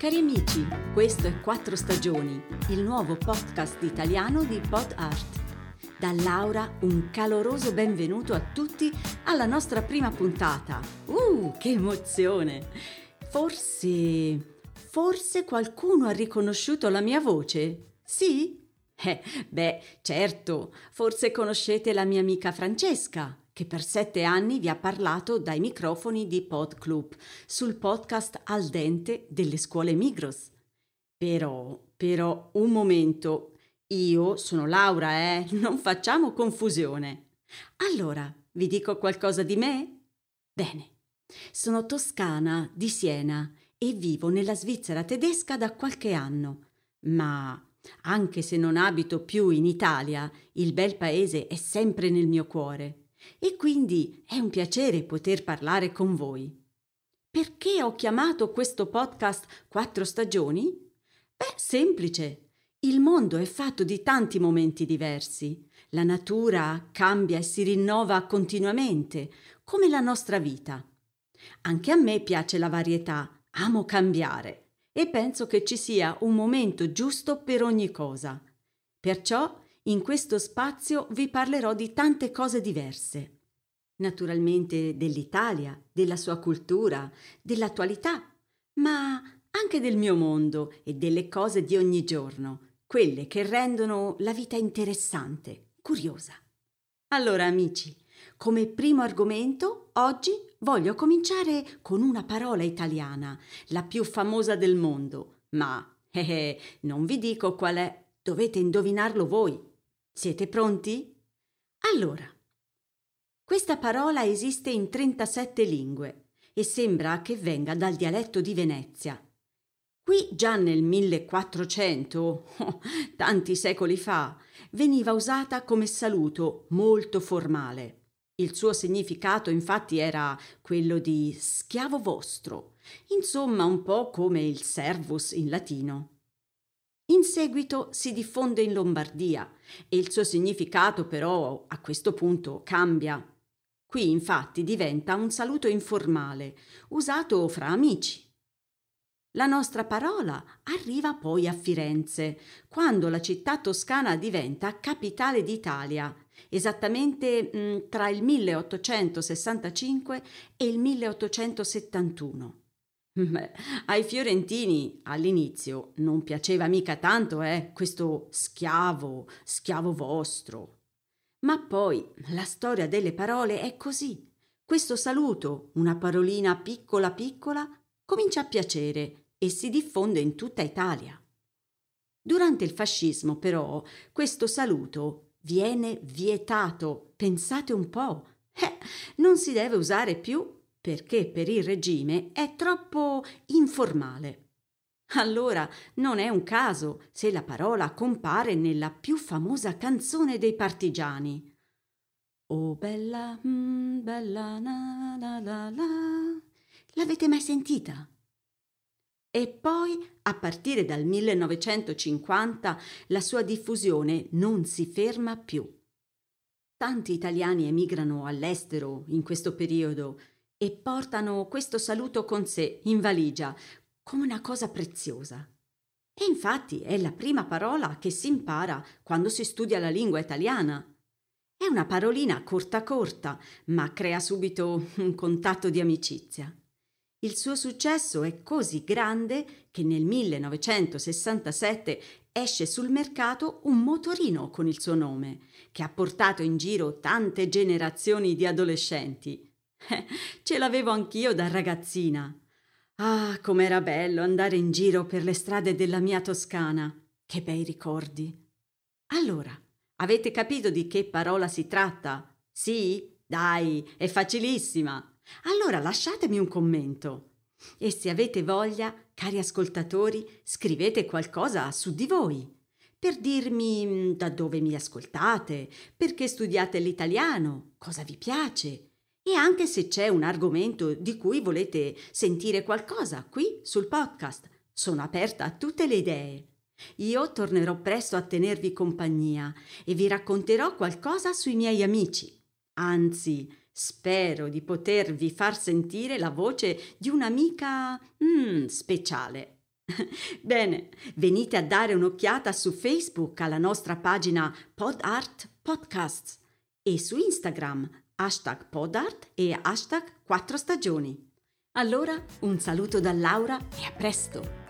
Cari amici, questo è Quattro Stagioni, il nuovo podcast italiano di Pod Art. Da Laura un caloroso benvenuto a tutti alla nostra prima puntata. Che emozione! Forse qualcuno ha riconosciuto la mia voce? Sì? Certo, forse conoscete la mia amica Francesca, che per 7 anni vi ha parlato dai microfoni di Pod Club sul podcast Al Dente delle scuole Migros. Però, un momento, io sono Laura, non facciamo confusione. Allora, vi dico qualcosa di me? Bene, sono toscana di Siena e vivo nella Svizzera tedesca da qualche anno, ma anche se non abito più in Italia, il bel paese è sempre nel mio cuore e quindi è un piacere poter parlare con voi. Perché ho chiamato questo podcast Quattro Stagioni? Semplice. Il mondo è fatto di tanti momenti diversi. La natura cambia e si rinnova continuamente, come la nostra vita. Anche a me piace la varietà, amo cambiare e penso che ci sia un momento giusto per ogni cosa. Perciò in questo spazio vi parlerò di tante cose diverse. Naturalmente dell'Italia, della sua cultura, dell'attualità, ma anche del mio mondo e delle cose di ogni giorno, quelle che rendono la vita interessante, curiosa. Allora, amici, come primo argomento, oggi voglio cominciare con una parola italiana, la più famosa del mondo, ma non vi dico qual è, dovete indovinarlo voi. Siete pronti? Allora, questa parola esiste in 37 lingue e sembra che venga dal dialetto di Venezia. Qui già nel 1400, tanti secoli fa, veniva usata come saluto molto formale. Il suo significato infatti era quello di schiavo vostro, insomma un po' come il servus in latino. In seguito si diffonde in Lombardia e il suo significato però a questo punto cambia. Qui infatti diventa un saluto informale, usato fra amici. La nostra parola arriva poi a Firenze, quando la città toscana diventa capitale d'Italia, esattamente tra il 1865 e il 1871. Ai fiorentini all'inizio non piaceva mica tanto, questo schiavo vostro. Ma poi la storia delle parole è così. Questo saluto, una parolina piccola piccola, comincia a piacere e si diffonde in tutta Italia. Durante il fascismo, però, questo saluto viene vietato. Pensate un po'. Non si deve usare più perché per il regime è troppo informale. Allora non è un caso se la parola compare nella più famosa canzone dei partigiani. Oh bella, bella, na, la, la, la. L'avete mai sentita? E poi, a partire dal 1950, la sua diffusione non si ferma più. Tanti italiani emigrano all'estero in questo periodo e portano questo saluto con sé in valigia come una cosa preziosa. E infatti è la prima parola che si impara quando si studia la lingua italiana. È una parolina corta, ma crea subito un contatto di amicizia. Il suo successo è così grande che nel 1967 esce sul mercato un motorino con il suo nome, che ha portato in giro tante generazioni di adolescenti. Ce l'avevo anch'io da ragazzina. Ah, com'era bello andare in giro per le strade della mia Toscana. Che bei ricordi. Allora, avete capito di che parola si tratta? Sì? Dai, è facilissima. Allora lasciatemi un commento. E se avete voglia, cari ascoltatori, scrivete qualcosa su di voi, per dirmi da dove mi ascoltate, perché studiate l'italiano, cosa vi piace e anche se c'è un argomento di cui volete sentire qualcosa qui sul podcast. Sono aperta a tutte le idee. Io tornerò presto a tenervi compagnia e vi racconterò qualcosa sui miei amici. Anzi, spero di potervi far sentire la voce di un'amica speciale. Bene, venite a dare un'occhiata su Facebook alla nostra pagina PodArt Podcasts e su Instagram #podart e #4stagioni. Allora, un saluto da Laura e a presto!